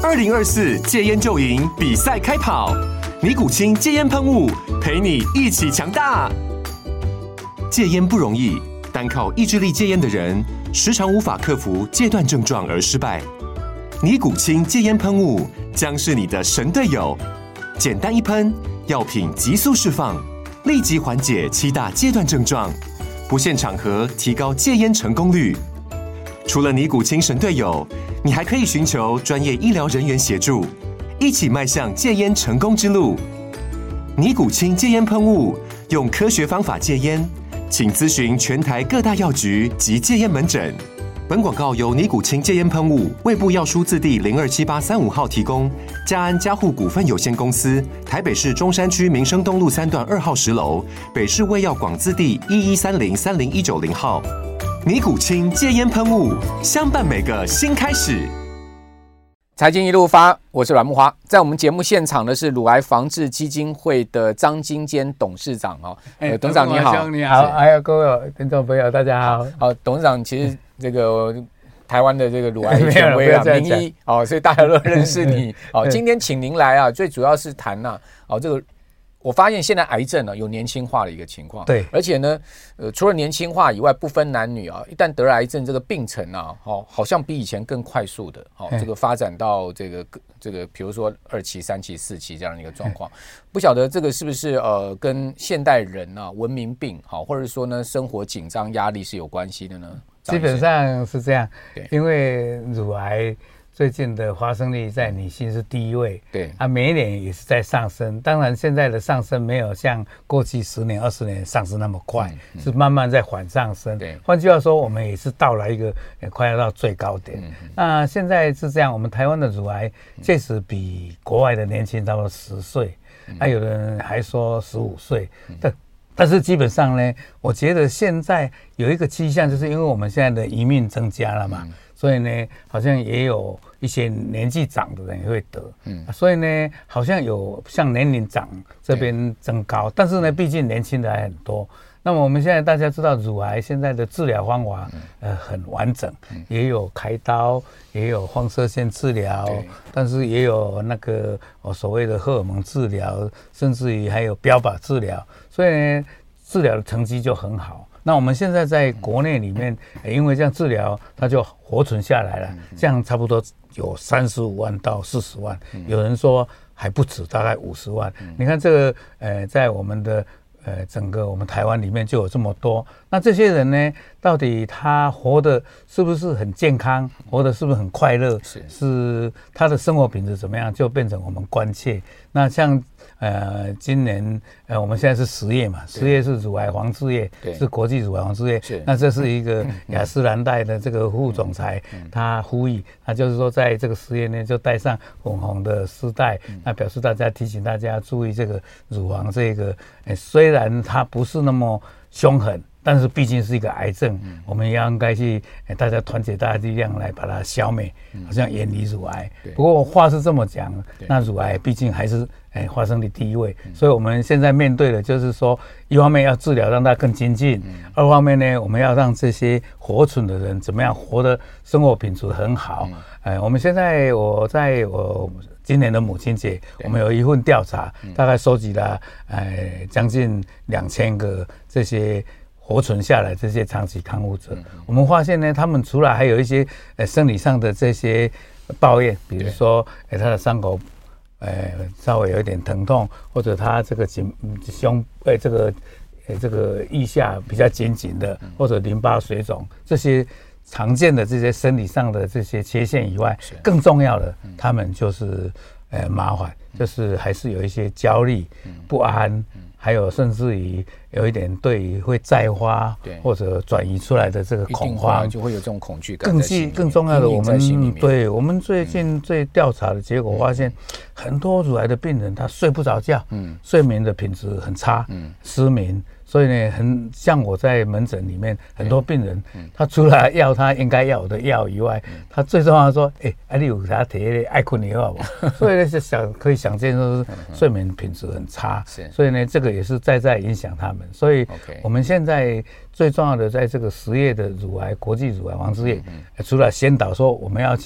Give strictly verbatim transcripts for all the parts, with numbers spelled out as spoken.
二零二四戒烟就赢比赛开跑，尼古清戒烟喷雾陪你一起强大。戒烟不容易，单靠意志力戒烟的人，时常无法克服戒断症状而失败。尼古清戒烟喷雾将是你的神队友，简单一喷，药品急速释放，立即缓解七大戒断症状，不限场合提高戒烟成功率。除了尼古清神队友，你还可以寻求专业医疗人员协助，一起迈向戒烟成功之路。尼古清戒烟喷雾，用科学方法戒烟，请咨询全台各大药局及戒烟门诊。本广告由尼古清戒烟喷雾、卫部药书字第零二七八三五号提供，嘉安嘉护股份有限公司，台北市中山区民生东路三段二号十楼，北市卫药广字第一一三零三零一九零号。尼古清戒烟喷雾，相伴每个新开始。 财经一路发，我是阮慕骅。在我们节目现场的是乳癌防治基金会的张金坚董事长哦，呃，董事长你好， 你好，还有各位听众朋友，大家好。 好，董事长其实这个台湾的这个乳癌权威啊，名医哦，所以大家都认识你。哦，今天请您来啊，最主要是谈呐、啊，哦，这个。我发现现在癌症呢有年轻化的一个情况， 对， 而且呢，呃，除了年轻化以外，不分男女啊，一旦得了癌症，这个病程啊，哦，好像比以前更快速的，哦，这个发展到这个这个，比如说二期、三期、四期这样的一个状况，不晓得这个是不是呃跟现代人啊文明病，好，或者说呢生活紧张压力是有关系的呢？ 基本上是这样，因为乳癌最近的发生率在女性是第一位， 对啊，每一年也是在上升。当然，现在的上升没有像过去十年、二十年上升那么快，嗯嗯、是慢慢在缓上升。 对， 换句话说，我们也是到了一个也快要到最高点。嗯嗯、那现在是这样，我们台湾的乳癌确实比国外的年轻差不多十岁，嗯、啊，有人还说十五岁，嗯、但但是基本上呢，我觉得现在有一个迹象，就是因为我们现在的移民增加了嘛。嗯，所以呢，好像也有一些年纪长的人也会得，嗯，所以呢，好像有像年龄长这边增高，但是呢，毕竟年轻的还很多。那么我们现在大家知道，乳癌现在的治疗方法，呃，很完整，也有开刀，也有放射线治疗，但是也有那个哦所谓的荷尔蒙治疗，甚至于还有标靶治疗，所以呢，治疗的成绩就很好。那我们现在在国内里面，因为这样治疗，它就活存下来了，这样差不多有三十五万到四十万，有人说还不止，大概五十万。你看这个，呃，在我们的呃整个我们台湾里面就有这么多。那这些人呢，到底他活的是不是很健康，活的是不是很快乐，是是他的生活品质怎么样，就变成我们关切。那像呃，今年呃，我们现在是十月嘛，十月是乳癌防治月，是国际乳癌防治月。那这是一个雅诗兰黛的这个副总裁，他呼吁，他就是说，在这个十月呢，就带上粉红的丝带，那表示大家提醒大家注意这个乳房这个，呃，虽然它不是那么凶狠，但是毕竟是一个癌症，嗯、我们要应该去、呃、大家团结大家力量来把它消灭，嗯、好像远离乳癌。不过话是这么讲，那乳癌毕竟还是、呃、发生的第一位，嗯、所以我们现在面对的就是说，一方面要治疗让它更精进，嗯、二方面呢，我们要让这些活存的人怎么样活得生活品质很好。嗯呃、我们现在我在我今年的母亲节，我们有一份调查，大概收集了呃将近两千个这些活存下来这些长期康复者，嗯、我们发现呢，他们除了还有一些呃生理上的这些抱怨，比如说呃他的伤口呃稍微有一点疼痛，或者他这个颈胸呃这个呃这个腋下比较紧紧的，或者淋巴水肿这些常见的这些生理上的这些缺陷以外，更重要的，嗯、他们就是呃麻烦，就是还是有一些焦虑、嗯、不安。嗯还有甚至于有一点对于会再发或者转移出来的这个恐慌， 就会有这种恐惧感。 更细更重要的，我们对我们最近最调查的结果发现，很多乳癌的病人他睡不着觉，嗯，睡眠的品质很差，嗯，失眠。所以呢，很像我在门诊里面，很多病人，嗯、他除了要他应该要的药以外，嗯、他最重要的说，哎、欸，啊，你有啥体的爱困的好不好？所以呢，就想可以想见，说是睡眠品质很差，嗯、所以呢，这个也是在在影响他们。所以我们现在最重要的，在这个十月的乳癌国际乳癌防治月，嗯嗯、除了宣导说我们要去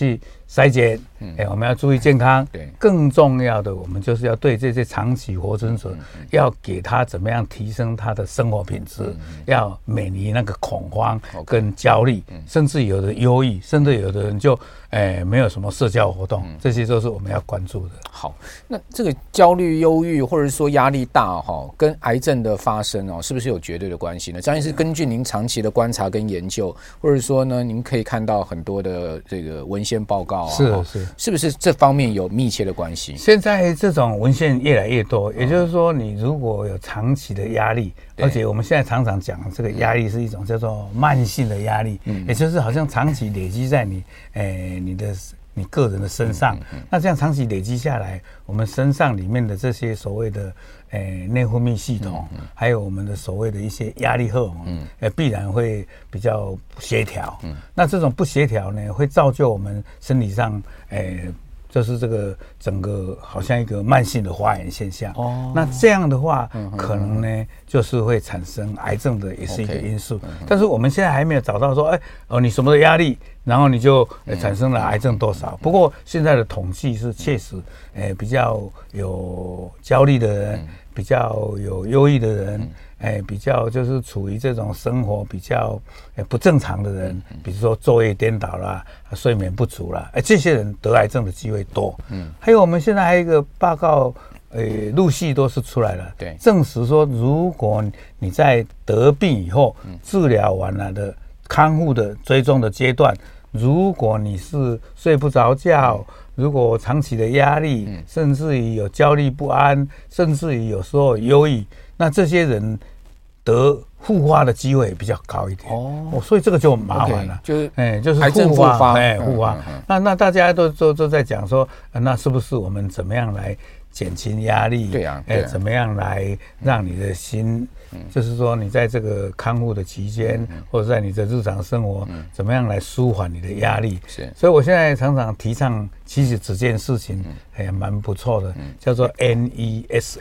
筛检，哎、嗯，我们要注意健康。 对， 更重要的，我们就是要对这些长期活存者，嗯、要给他怎么样提升他的生活品质，嗯、要免于那个恐慌跟焦虑，嗯、甚至有的忧郁，甚至有的人就哎没有什么社交活动，嗯、这些都是我们要关注的。 好，那这个焦虑、忧郁或者说压力大哈，跟癌症的发生哦，是不是有绝对的关系呢？张医师，根据您长期的观察跟研究，或者说呢，您可以看到很多的这个文献报告啊， 是是， 是不是这方面有密切的关系？ 现在这种文献越来越多，也就是说，你如果有长期的压力，而且我们现在常常讲，这个压力是一种叫做慢性的压力，嗯、也就是好像长期累积在你，诶、呃，你的。你个人的身上，嗯嗯、那这样长期累积下来，我们身上里面的这些所谓的诶内分泌系统，嗯嗯、还有我们的所谓的一些压力荷尔蒙，嗯、呃，必然会比较不协调。嗯、那这种不协调呢，会造就我们身体上诶。就是这个整个好像一个慢性的发炎现象哦，那这样的话，嗯、可能呢就是会产生癌症的，也是一个因素。Okay, 但是我们现在还没有找到说，哎哦，你什么的压力，然后你就、呃、产生了癌症多少？嗯、不过现在的统计是确实，呃，比较有焦虑的人，嗯、比较有忧郁的人。嗯哎，比较就是处于这种生活比较哎不正常的人，嗯、比如说昼夜颠倒啦、睡眠不足啦，哎，这些人得癌症的机会多。嗯，还有我们现在还有一个报告，呃，陆续都是出来了，对，证实说，如果你在得病以后，嗯、治疗完了的康复的追踪的阶段，如果你是睡不着觉，嗯、如果长期的压力，嗯、甚至于有焦虑不安，甚至于有时候忧郁，那这些人得复发的机会也比较高一点哦，所以这个就麻烦了， okay, 就是哎，就是复发， 哎，复发。那那大家都都都在讲说，那是不是我们怎么样来减轻压力？ 对啊， 哎，怎么样来让你的心，嗯、就是说你在这个康复的期间，嗯、或者在你的日常生活，嗯、怎么样来舒缓你的压力？是，所以我现在常常提倡，其实这件事情还蛮不错的，嗯、叫做 N E S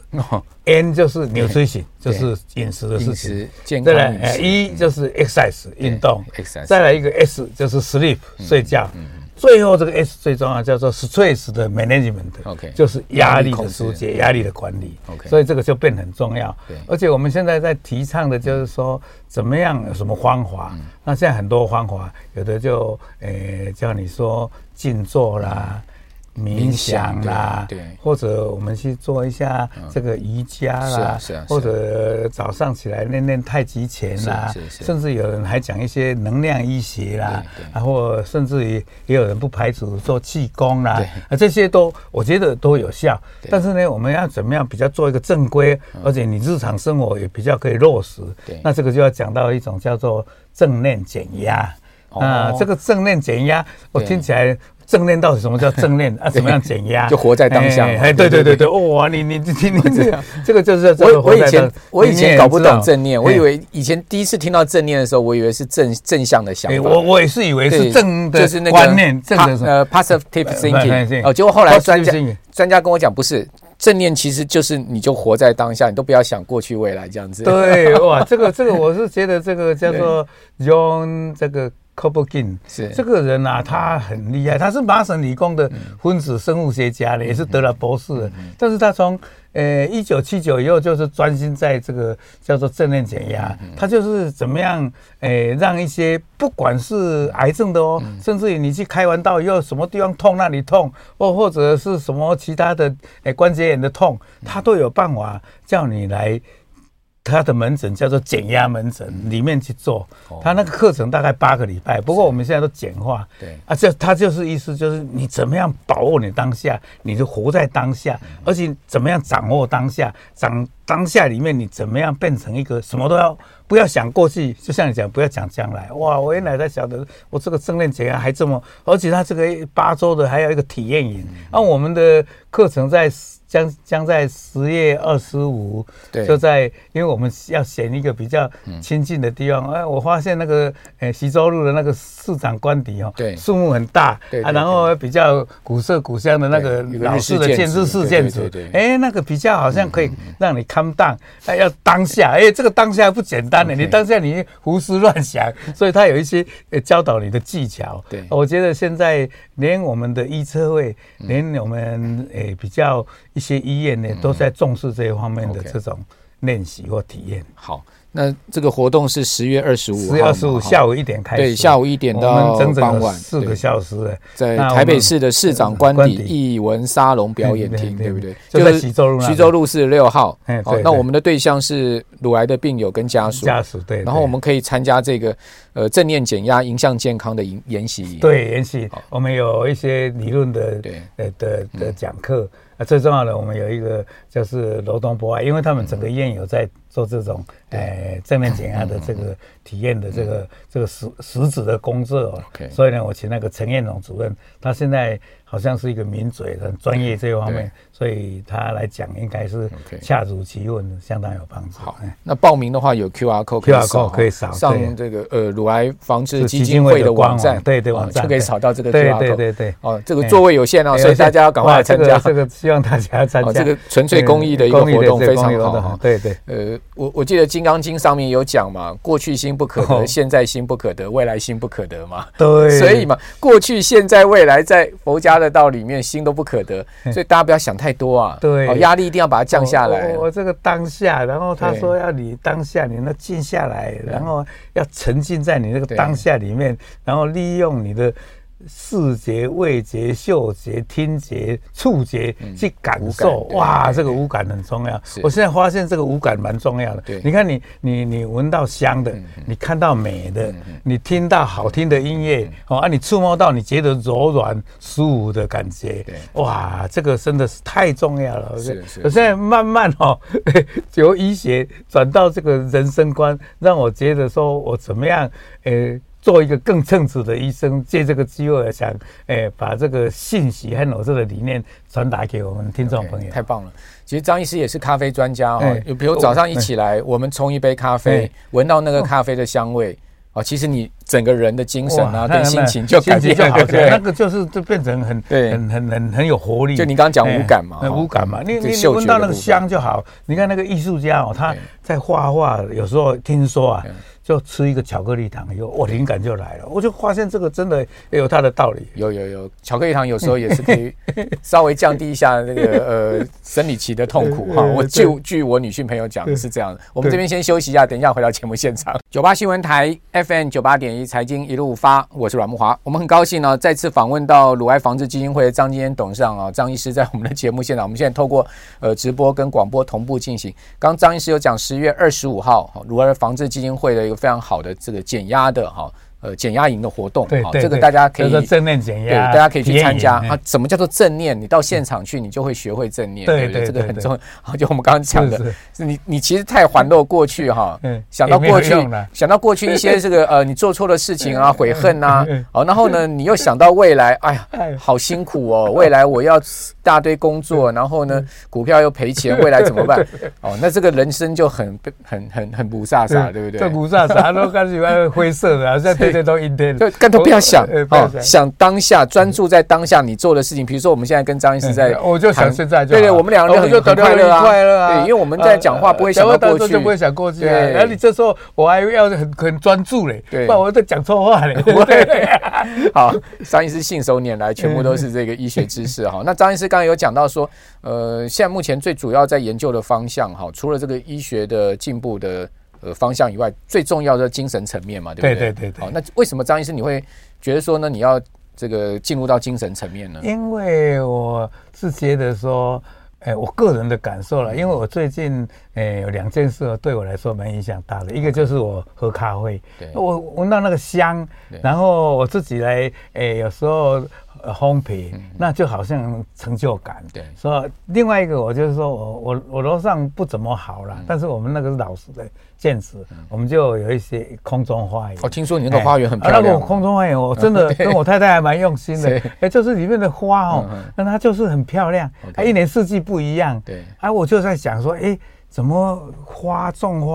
S。N 就是 nutrition， 就是饮食的事情， 健康饮食。 E 就是 exercise 运动，再来一个 S 就是 sleep 睡觉。最后这个 S 最重要叫做 stress 的 management， 就是压力的疏解、压力的管理。所以这个就变得很重要。而且我们现在在提倡的就是说，怎么样有什么方法？那现在很多方法，有的就呃叫你说静坐啦。冥想啦，对，或者我们去做一下这个瑜伽啦，是啊，或者早上起来练练太极拳啦，甚至有人还讲一些能量医学啦，然后甚至于也有人不排除做气功啦，啊，这些都我觉得都有效。但是呢，我们要怎么样比较做一个正规，而且你日常生活也比较可以落实。那这个就要讲到一种叫做正念减压啊，这个正念减压，我听起来。正念到底什么叫正念啊？怎么样减压？ 就活在当下。 哎，对对对对，哇，你你你你这个这个就是我我以前我以前搞不懂正念，我以为以前第一次听到正念的时候，我以为是正正向的想法。 我我也是以为是正的观念，正的呃 positive thinking。哦，结果后来专家专家跟我讲，不是正念，其实就是你就活在当下，你都不要想过去未来这样子。 对，哇，这个这个我是觉得这个叫做用这个。Kropotkin 是这个人啊，他很厉害，他是麻省理工的分子生物学家的，也是得了博士的。但是他从呃一九七九以后，就是专心在这个叫做正念减压，他就是怎么样诶、呃、让一些不管是癌症的哦，甚至于你去开完刀以后什么地方痛那里痛，或或者是什么其他的诶关节炎的痛，他都有办法叫你来。他的门诊叫做减压门诊，里面去做。他那个课程大概八个礼拜，不过我们现在都简化。对啊，这他就是意思就是你怎么样把握你当下，你就活在当下，而且怎么样掌握当下，掌当下里面你怎么样变成一个什么都要不要想过去，就像你讲不要讲将来。哇，我原来在晓得我这个正念减压还这么，而且他这个八周的还有一个体验营。那、嗯啊、我们的课程在。将将在十月二十五，就在，因为我们要选一个比较亲近的地方。哎、嗯，我发现那个呃徐州路的那个市长官邸哦，对，树木很大，对对对啊，然后比较古色古香的那个老式的建日式建筑，哎，那个比较好像可以让你calm down，哎，要当下，哎，这个当下不简单。 单的， Okay. 你当下你胡思乱想，所以他有一些呃教导你的技巧。 对， 我觉得现在连我们的医车会，嗯、连我们诶、呃、比较一些医院呢，嗯、都在重视这一方面的这种练习或体验。 好。那这个活动是十月二十五号， 十月二十五下午一点开始， 对，下午一点到傍晚， 四个小时， 在台北市的市长官邸艺文沙龙表演厅，对不对？ 就在徐州路， 徐州路四十六号。好，那我们的对象是乳癌的病友跟家属， 家属对。 然后我们可以参加这个呃正念减压、迎向健康的研习。 对，研习，我们有一些理论的呃的的讲课。啊，最重要的，我们有一个就是罗东博爱，因为他们整个医院有在做这种呃正面减压的这个体验的这个、嗯、这个实实质的工作、哦 okay. 所以呢，我请那个陈彦龙主任，他现在好像是一个名嘴，很专业这一方面，所以他来讲应该是恰如其分，相当有帮助。 好，那报名的话有 Q R code 可以 Q R code 可以扫， 上这个呃乳癌防治基金会的网站， 对对网站就可以扫到这个 Q R code。 对对对对， 哦，这个座位有限哦，所以大家要赶快来参加。 这个希望大家参加， 这个纯粹公益的一个活动非常好。 对对， 呃，我我记得《金刚经》上面有讲嘛，过去心不可得，现在心不可得，未来心不可得嘛。 对， 所以嘛，过去、现在、未来，在佛家的道里面，心都不可得，所以大家不要想太多啊。 对， 哦，压力一定要把它降下来。 我, 我这个当下，然后他说要你当下，你那静下来，然后要沉浸在你那个当下里面，然后利用你的视觉、味觉、嗅觉、听觉、触觉去感受。嗯、哇，这个五感很重要。我现在发现这个五感蛮重要的。你看你，你你闻到香的，嗯、你看到美的，嗯、你听到好听的音乐，哦啊，你触摸到你觉得柔软舒服的感觉。哇，这个真的是太重要了。 是是。 我现在慢慢哦，由医学转到这个人生观，让我觉得说我怎么样，呃。做一个更称职的医生，借这个机会想，诶，把这个信息和我这个理念传达给我们听众朋友。 Okay, 太棒了！其实张医师也是咖啡专家哈、哦，比如早上一起来，我们冲一杯咖啡，闻到那个咖啡的香味，哦，其实你整个人的精神啊跟心情就改变了， 对，那个就是就变成很很很很很有活力。 就你刚刚讲五感嘛， 五感嘛，你你闻到那个香就好。你看那个艺术家哦，他在画画，有时候听说啊。就吃一个巧克力糖以后，我灵感就来了，我就发现这个真的也有它的道理。 有有有，巧克力糖有时候也是可以稍微降低一下那个呃生理期的痛苦哈。我据据我女性朋友讲是这样的。我们这边先休息一下，等一下回到节目现场。九八新闻台 F M 九八点一财经一路发，我是阮慕骅。我们很高兴呢，再次访问到乳癌防治基金会的张金燕董事长啊，张医师在我们的节目现场。我们现在透过呃直播跟广播同步进行。刚刚张医师有讲十月二十五号乳癌防治基金会的一个非常好的这个减压的哈呃减压营的活动， 对， 这个大家可以正念减压， 对，大家可以去参加啊。什么叫做正念？你到现场去，你就会学会正念，对不对？这个很重要。就我们刚刚讲的，是你你其实太环绕过去哈，想到过去，想到过去一些这个呃你做错的事情啊，悔恨啊，哦，然后呢，你又想到未来，哎呀，好辛苦哦，未来我要大堆工作，然后呢，股票又赔钱，未来怎么办？哦，那这个人生就很很很很不飒飒，对不对？ 这不飒飒都开始灰色的，现在天天都阴天， 就干脆不要想哦，想当下，专注在当下你做的事情。比如说我们现在跟张医师在， 我就想现在就， 对对，我们两个人就很快乐啊，对，因为我们在讲话不会想到过去， 就不会想过去，然后你这时候我还要很很专注嘞，不然我在讲错话嘞。 好，张医师信手拈来，全部都是这个医学知识哈。那张医师刚才有讲到说，呃，现在目前最主要在研究的方向哈，除了这个医学的进步的呃方向以外，最重要的精神层面嘛，对不对？ 对对对对。 好，那为什么张医师你会觉得说呢？你要这个进入到精神层面呢？ 因为我是觉得说。哎，我个人的感受了，因为我最近哎有两件事对我来说蛮影响大的，一个就是我喝咖啡，我闻到那个香，然后我自己来哎有时候烘焙，嗯、那就好像成就感。对，所以另外一个我就是说我我我楼上不怎么好啦，嗯、但是我们那个是老式的建筑，嗯、我们就有一些空中花园。 我、哦、听说你那个花园很漂亮。 哎啊、那个空中花园我真的跟我太太还蛮用心的，哎，就是里面的花哦，那、嗯、它就是很漂亮，它、啊、一年四季不一样。对，哎、啊，我就在想说，哎。怎么花种花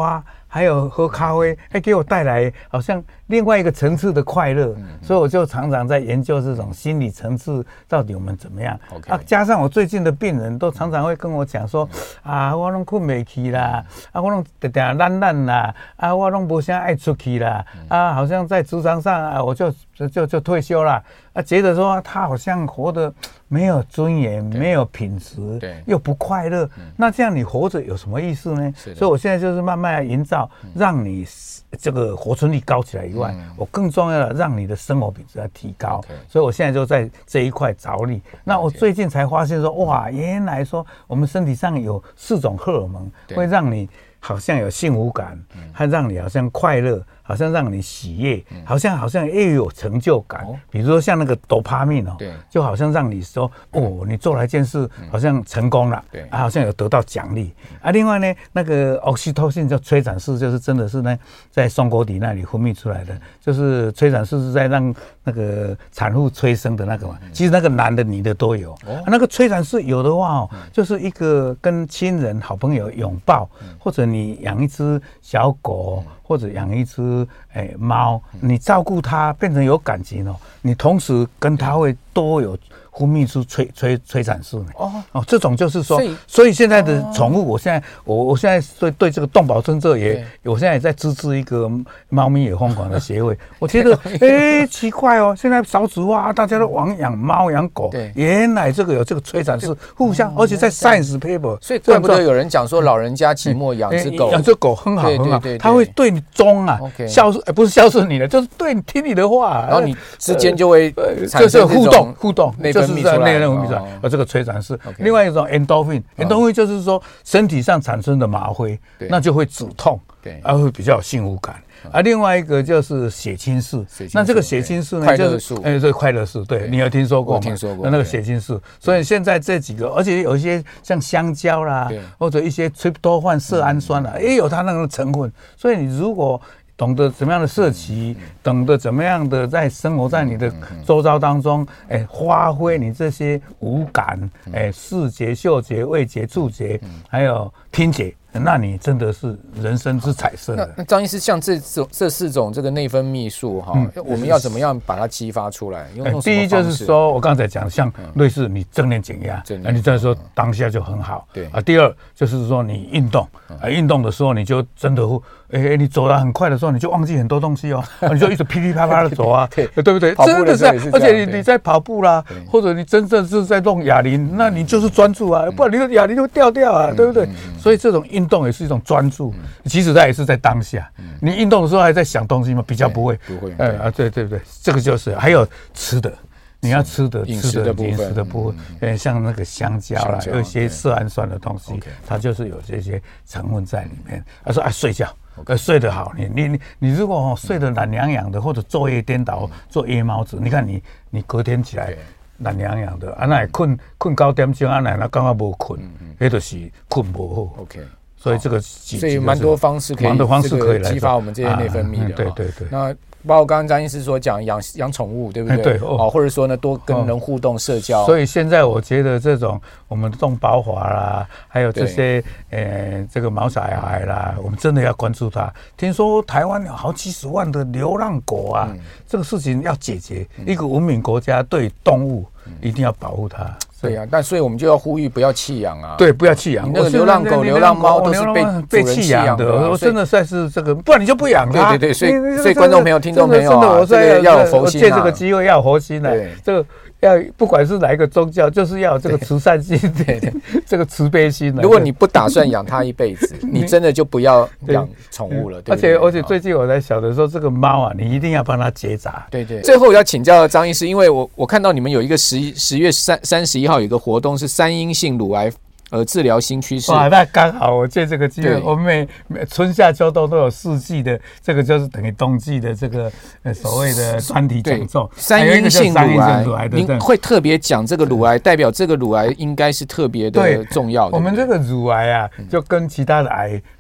还有喝咖啡，哎，给我带来好像另外一个层次的快乐。嗯、所以我就常常在研究这种心理层次到底我们怎么样。Okay. 啊，加上我最近的病人都常常会跟我讲说，嗯、啊，我拢困不去啦，啊，我拢常常懒懒啦，啊，我拢不想爱出去啦，嗯、啊，好像在职场上啊，我就就就就退休了。啊，觉得说他好像活得没有尊严，没有品质，又不快乐，嗯、那这样你活着有什么意思呢？所以我现在就是慢慢营造，嗯、让你这个活存率高起来以外，嗯、我更重要的让你的生活品质要提高。Okay. 所以我现在就在这一块着力。那我最近才发现说，哇，原来说我们身体上有四种荷尔蒙会让你好像有幸福感，还让你好像快乐。好像让你喜悦，好像好像又有成就感。哦、比如说像那个多巴胺哦，对，就好像让你说哦，你做了一件事，好像成功了，对、嗯，啊，好像有得到奖励。啊，另外呢，那个奥西托辛叫催产素，就是真的是呢，在松果体那里分泌出来的，就是催产素是在让那个产妇催生的那个嘛。嗯、其实那个男的、女的都有。哦、啊，那个催产素有的话哦，嗯、就是一个跟亲人、好朋友拥抱，嗯、或者你养一只小狗。嗯或者养一只诶猫，你照顾它变成有感情哦，你同时跟它会都有分泌出催催催产素呢。哦哦，这种就是说，所 以, 所以现在的宠物，我现在我我现在对对这个动保政策也，我现在也在支持一个猫咪也疯狂的协会。我觉得哎奇怪哦，现在少子化，大家都往养猫养狗，原来这个有这个催产素互相，而且在 Science paper， 所以怪不得有人讲说老人家期末养只狗， 养只狗很好很好，它会对你忠啊，孝顺不是孝顺你的，就是对你听你的话， 然后你之间就会产生互动互动，就是在内分泌出来，而这个催产素。另外一种 endorphin，endorphin 就是说身体上产生的吗啡，那就会止痛，对，而会比较有幸福感。啊，另外一个就是血清素，那这个血清素呢，就是哎，这快乐素，对，你有听说过吗？ 我听说过。 那个血清素，所以现在这几个，而且有一些像香蕉啦，或者一些 tryptophan 色氨酸啦，也有它那个成分。所以你如果懂得怎么样的摄取，懂得怎么样的在生活在你的周遭当中，哎，发挥你这些五感，哎，视觉、嗅觉、味觉、触觉，还有听觉。那你真的是人生之彩色的。 那张医师，像这种这四种这个内分泌素哈，嗯、我们要怎么样把它激发出来？用用第一就是说我刚才讲，像类似你正念减压，那、嗯、你再说当下就很好。对啊，第二就是说你运动啊，运动的时候你就真的会，哎、欸，你走得很快的时候，你就忘记很多东西哦，你就一直噼噼啪啪的走啊，对, 对不对？真的是、啊，而且你你在跑步啦，或者你真正是在弄哑铃，那你就是专注啊，不然你的哑铃就掉掉啊，嗯、对不对？嗯嗯、所以这种运动也是一种专注，其实它也是在当下。你运动的时候还在想东西吗？比较不会，不会。哎啊，对对对，这个就是还有吃的，你要吃的饮食的部分，饮食的部分，嗯，像那个香蕉啦，有一些色氨酸的东西，它就是有这些成分在里面。他说啊，睡觉。呃，睡得好，你你你你如果、哦、睡得懒洋洋的，或者昼夜颠倒，做夜猫子，你看你你隔天起来懒洋洋的，啊那困困九点钟，啊那那刚刚无困，那就是困不好。OK， 所以这个所以蛮多方式可以，蛮多方式可以激发我们这些内分泌的。 啊嗯、对对对。 那包括刚刚张医师所讲养养宠物，对不对？对哦，或者说呢，多跟人互动、社交。 所以现在我觉得这种我们动保法啦，还有这些呃这个毛小孩啦，我们真的要关注它。听说台湾有好几十万的流浪狗啊，嗯、这个事情要解决。嗯、一个文明国家对动物一定要保护它。 对呀、啊，但所以我们就要呼吁不要弃养啊！ 对，不要弃养。 你那个流浪狗、流浪猫都是被被弃养的，我真的算是这个，不然你就不养它。 对对对，所以所以观众朋友、听众朋友啊， 我这个要有佛心啊！ 借这个机会要有佛心来，这个要不管是哪一个宗教，就是要有这个慈善心，对对，这个慈悲心。 如果你不打算养它一辈子，你真的就不要养宠物了。 而且而且最近我在想的说，这个猫啊，你一定要帮它结扎。 对对。最后要请教张医师，因为我我看到你们有一个十十月三三十一号有一个活动是三阴性乳癌呃治疗新趋势。 哇，那刚好我借这个机会，我们每每春夏秋冬都有四季的，这个就是等于冬季的这个呃所谓的专题讲座。 三阴性乳癌，您会特别讲这个乳癌，代表这个乳癌应该是特别的重要的。 我们这个乳癌啊，就跟其他的癌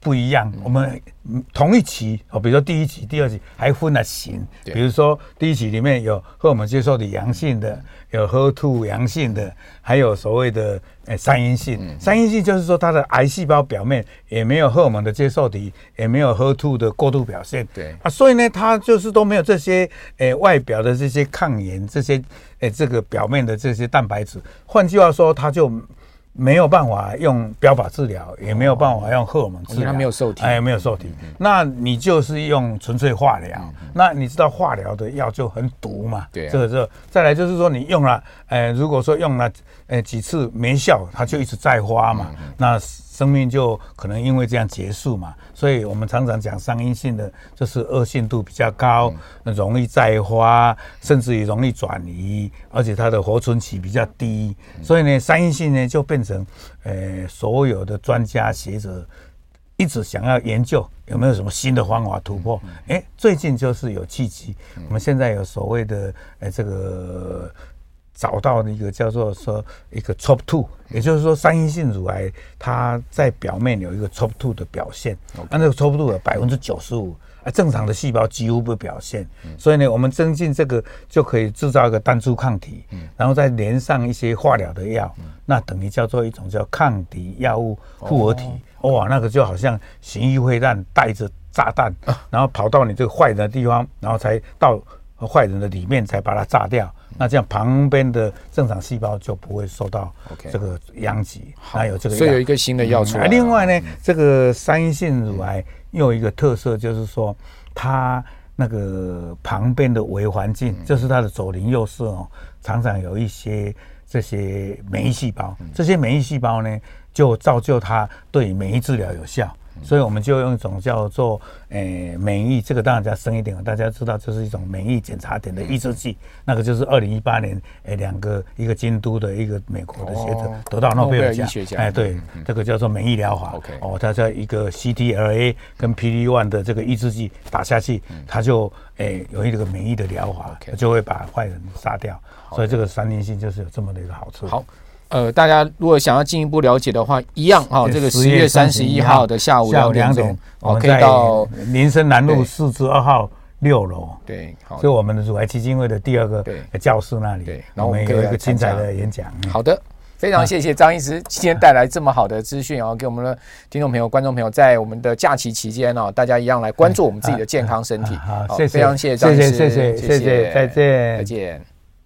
不一样。我们同一期哦，比如说第一期、第二期还分了型，比如说第一期里面有荷尔蒙接受体阳性的，有 H E R 二 阳性的，还有所谓的呃三阴性。嗯、三阴性就是说它的癌细胞表面也没有荷尔蒙的接受体，也没有 H E R 二 的过度表现。 对啊，所以呢，它就是都没有这些呃外表的这些抗炎，这些呃这个表面的这些蛋白质。换句话说，它就没有办法用标靶治疗，也没有办法用荷尔蒙治疗， 因为它没有受体， 哎，没有受体。嗯、那你就是用纯粹化疗。嗯、那你知道化疗的药就很毒嘛？ 对、啊， 这个这再来就是说，你用了，呃，如果说用了呃几次没效，它就一直再发嘛，嗯、那生命就可能因为这样结束嘛。所以我们常常讲三阴性的，就是恶性度比较高，嗯、容易再发，甚至于容易转移，而且它的活存期比较低。嗯、所以呢，三阴性呢就变成，呃，所有的专家学者一直想要研究有没有什么新的方法突破。哎、嗯，最近就是有契机，嗯、我们现在有所谓的，呃，这个。找到一个叫做说一个 T R O P 二， 也就是说三阴性乳癌它在表面有一个 T R O P 二的表现，那那个 T R O P 二有百分之九十五，啊，正常的细胞几乎不表现，嗯、所以呢，我们增进这个就可以制造一个单株抗体，嗯、然后再连上一些化疗的药，嗯、那等于叫做一种叫抗敌药物复合体，哦、哇，那个就好像行医会弹带着炸弹，啊、然后跑到你这个坏人的地方，然后才到坏人的里面才把它炸掉。那这样旁边的正常细胞就不会受到这个殃及。那有这个， 所以有一个新的药出来。 嗯、另外呢，嗯、这个三阴性乳癌又有一个特色，就是说它那个旁边的微环境，嗯、就是它的左邻右舍哦，常常有一些这些免疫细胞，嗯、这些免疫细胞呢，就造就它对免疫治疗有效。所以我们就用一种叫做诶、呃、免疫，这个当然讲深一点，大家知道这是一种免疫检查点的抑制剂，那个就是二零一八年诶两个一个京都的一个美国的学者得到诺贝尔奖，哎对，嗯、这个叫做免疫疗法。 Okay. 哦，它在一个 C T L A 跟 P D 一 的这个抑制剂打下去，嗯、它就诶有一个免疫的疗法， Okay. 就会把坏人杀掉。所以这个三阴性就是有这么的一个好处。 好。呃，大家如果想要进一步了解的话，一样哈、哦，这个十月三十一号的下午两点钟， 我们可以到林森南路四至二号六楼。 对，好， 就我们的乳癌基金会的第二个教室那里，对，然后我们有一个精彩的演讲。 好的，非常谢谢张医师今天带来这么好的资讯哦，给我们的听众朋友、观众朋友，在我们的假期期间哦，大家一样来关注我们自己的健康身体。 好，谢谢， 非常谢谢张医师， 谢谢，谢谢，再见， 再见。